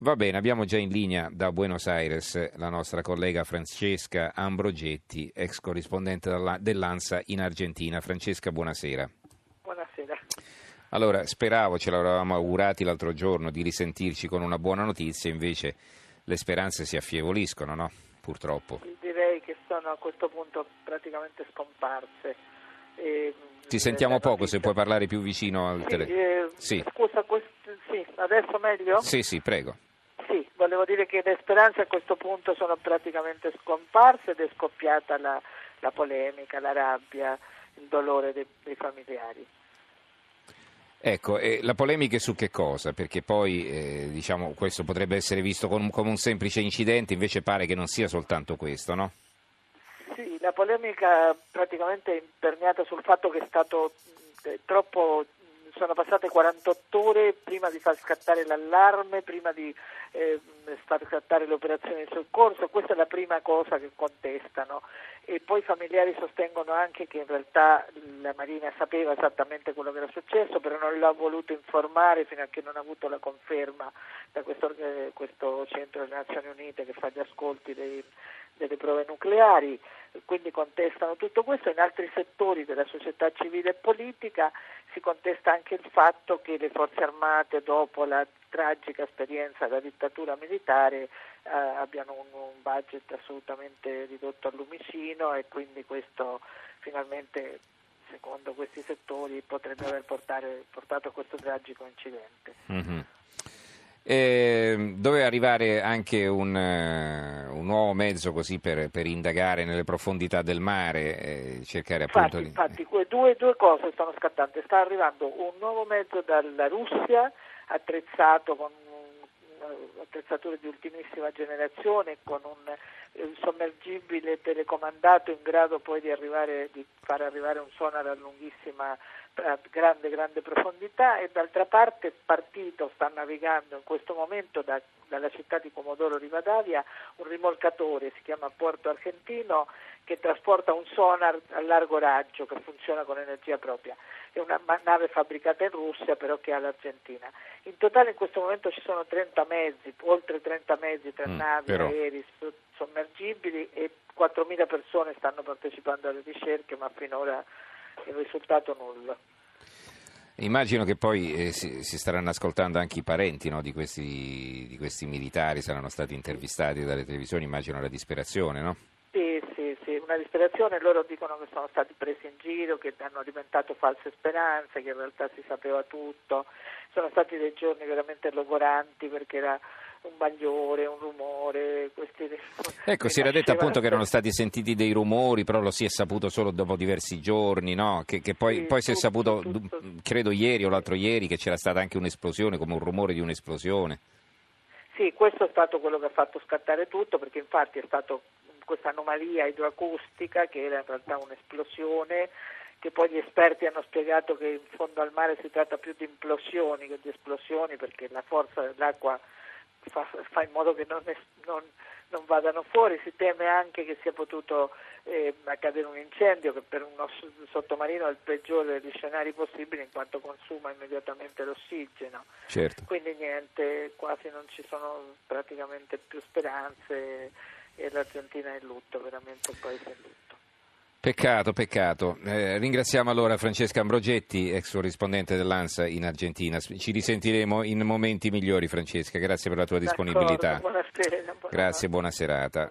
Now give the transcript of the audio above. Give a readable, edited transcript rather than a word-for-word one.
Va bene, abbiamo già in linea da Buenos Aires la nostra collega Francesca Ambrogetti, ex corrispondente dell'ANSA in Argentina. Francesca, buonasera. Buonasera. Allora, speravo, ce l'avevamo augurati l'altro giorno, di risentirci con una buona notizia, invece le speranze si affievoliscono, no? Purtroppo. Direi che sono a questo punto praticamente scomparse. Ti sentiamo poco, se puoi parlare più vicino al telefono. Sì. Scusa, sì, adesso meglio? Sì, prego. Sì, volevo dire che le speranze a questo punto sono praticamente scomparse ed è scoppiata la polemica, la rabbia, il dolore dei familiari. Ecco, la polemica è su che cosa? Perché poi questo potrebbe essere visto come un semplice incidente, invece pare che non sia soltanto questo, no? Sì, la polemica praticamente è imperniata sul fatto che è stato troppo. Sono passate 48 ore prima di far scattare l'allarme, prima di far scattare le operazioni di soccorso. Questa è la prima cosa che contestano, e poi i familiari sostengono anche che in realtà la Marina sapeva esattamente quello che era successo, però non l'ha voluto informare fino a che non ha avuto la conferma da questo centro delle Nazioni Unite che fa gli ascolti delle prove nucleari. Quindi contestano tutto questo. In altri settori della società civile e politica si contesta anche il fatto che le forze armate, dopo la tragica esperienza della dittatura militare, abbiano un budget assolutamente ridotto al lumicino, e quindi questo finalmente, secondo questi settori, potrebbe aver portato a questo tragico incidente. Mm-hmm. Doveva arrivare anche un nuovo mezzo così per indagare nelle profondità del mare, cercare appunto Infatti, due cose stanno scattando. Sta arrivando un nuovo mezzo dalla Russia, attrezzato con attrezzature di ultimissima generazione, con un sommergibile telecomandato in grado poi di far arrivare un sonar a lunghissima, grande profondità, e d'altra parte sta navigando in questo momento dalla città di Comodoro Rivadavia un rimorcatore, si chiama Puerto Argentino, che trasporta un sonar a largo raggio che funziona con energia propria. È una nave fabbricata in Russia, però che ha l'Argentina. In totale in questo momento ci sono 30 mezzi, oltre 30 mezzi, tra navi, aerei, sommergibili, e 4.000 persone stanno partecipando alle ricerche, ma finora il risultato nullo. Immagino che poi si staranno ascoltando anche i parenti, no, di questi militari, saranno stati intervistati dalle televisioni, immagino la disperazione, no? Sì, una disperazione. Loro dicono che sono stati presi in giro, che hanno alimentato false speranze, che in realtà si sapeva tutto. Sono stati dei giorni veramente logoranti, perché era un bagliore, un rumore. Ecco, si era detto appunto che erano stati sentiti dei rumori, però lo si è saputo solo dopo diversi giorni, no? Che poi si è saputo, credo ieri o l'altro ieri, che c'era stata anche un'esplosione, come un rumore di un'esplosione. Sì, questo è stato quello che ha fatto scattare tutto, perché infatti è stato questa anomalia idroacustica, che era in realtà un'esplosione, che poi gli esperti hanno spiegato che in fondo al mare si tratta più di implosioni che di esplosioni, perché la forza dell'acqua fa in modo che non vadano fuori. Si teme anche che sia potuto accadere un incendio, che per uno sottomarino è il peggiore degli scenari possibili, in quanto consuma immediatamente l'ossigeno. Certo. Quindi niente, quasi non ci sono praticamente più speranze, e l'Argentina è in lutto, veramente il paese è in lutto. Peccato. Ringraziamo allora Francesca Ambrogetti, ex corrispondente dell'ANSA in Argentina. Ci risentiremo in momenti migliori, Francesca. Grazie per la tua disponibilità. Buonasera. Grazie, buona serata.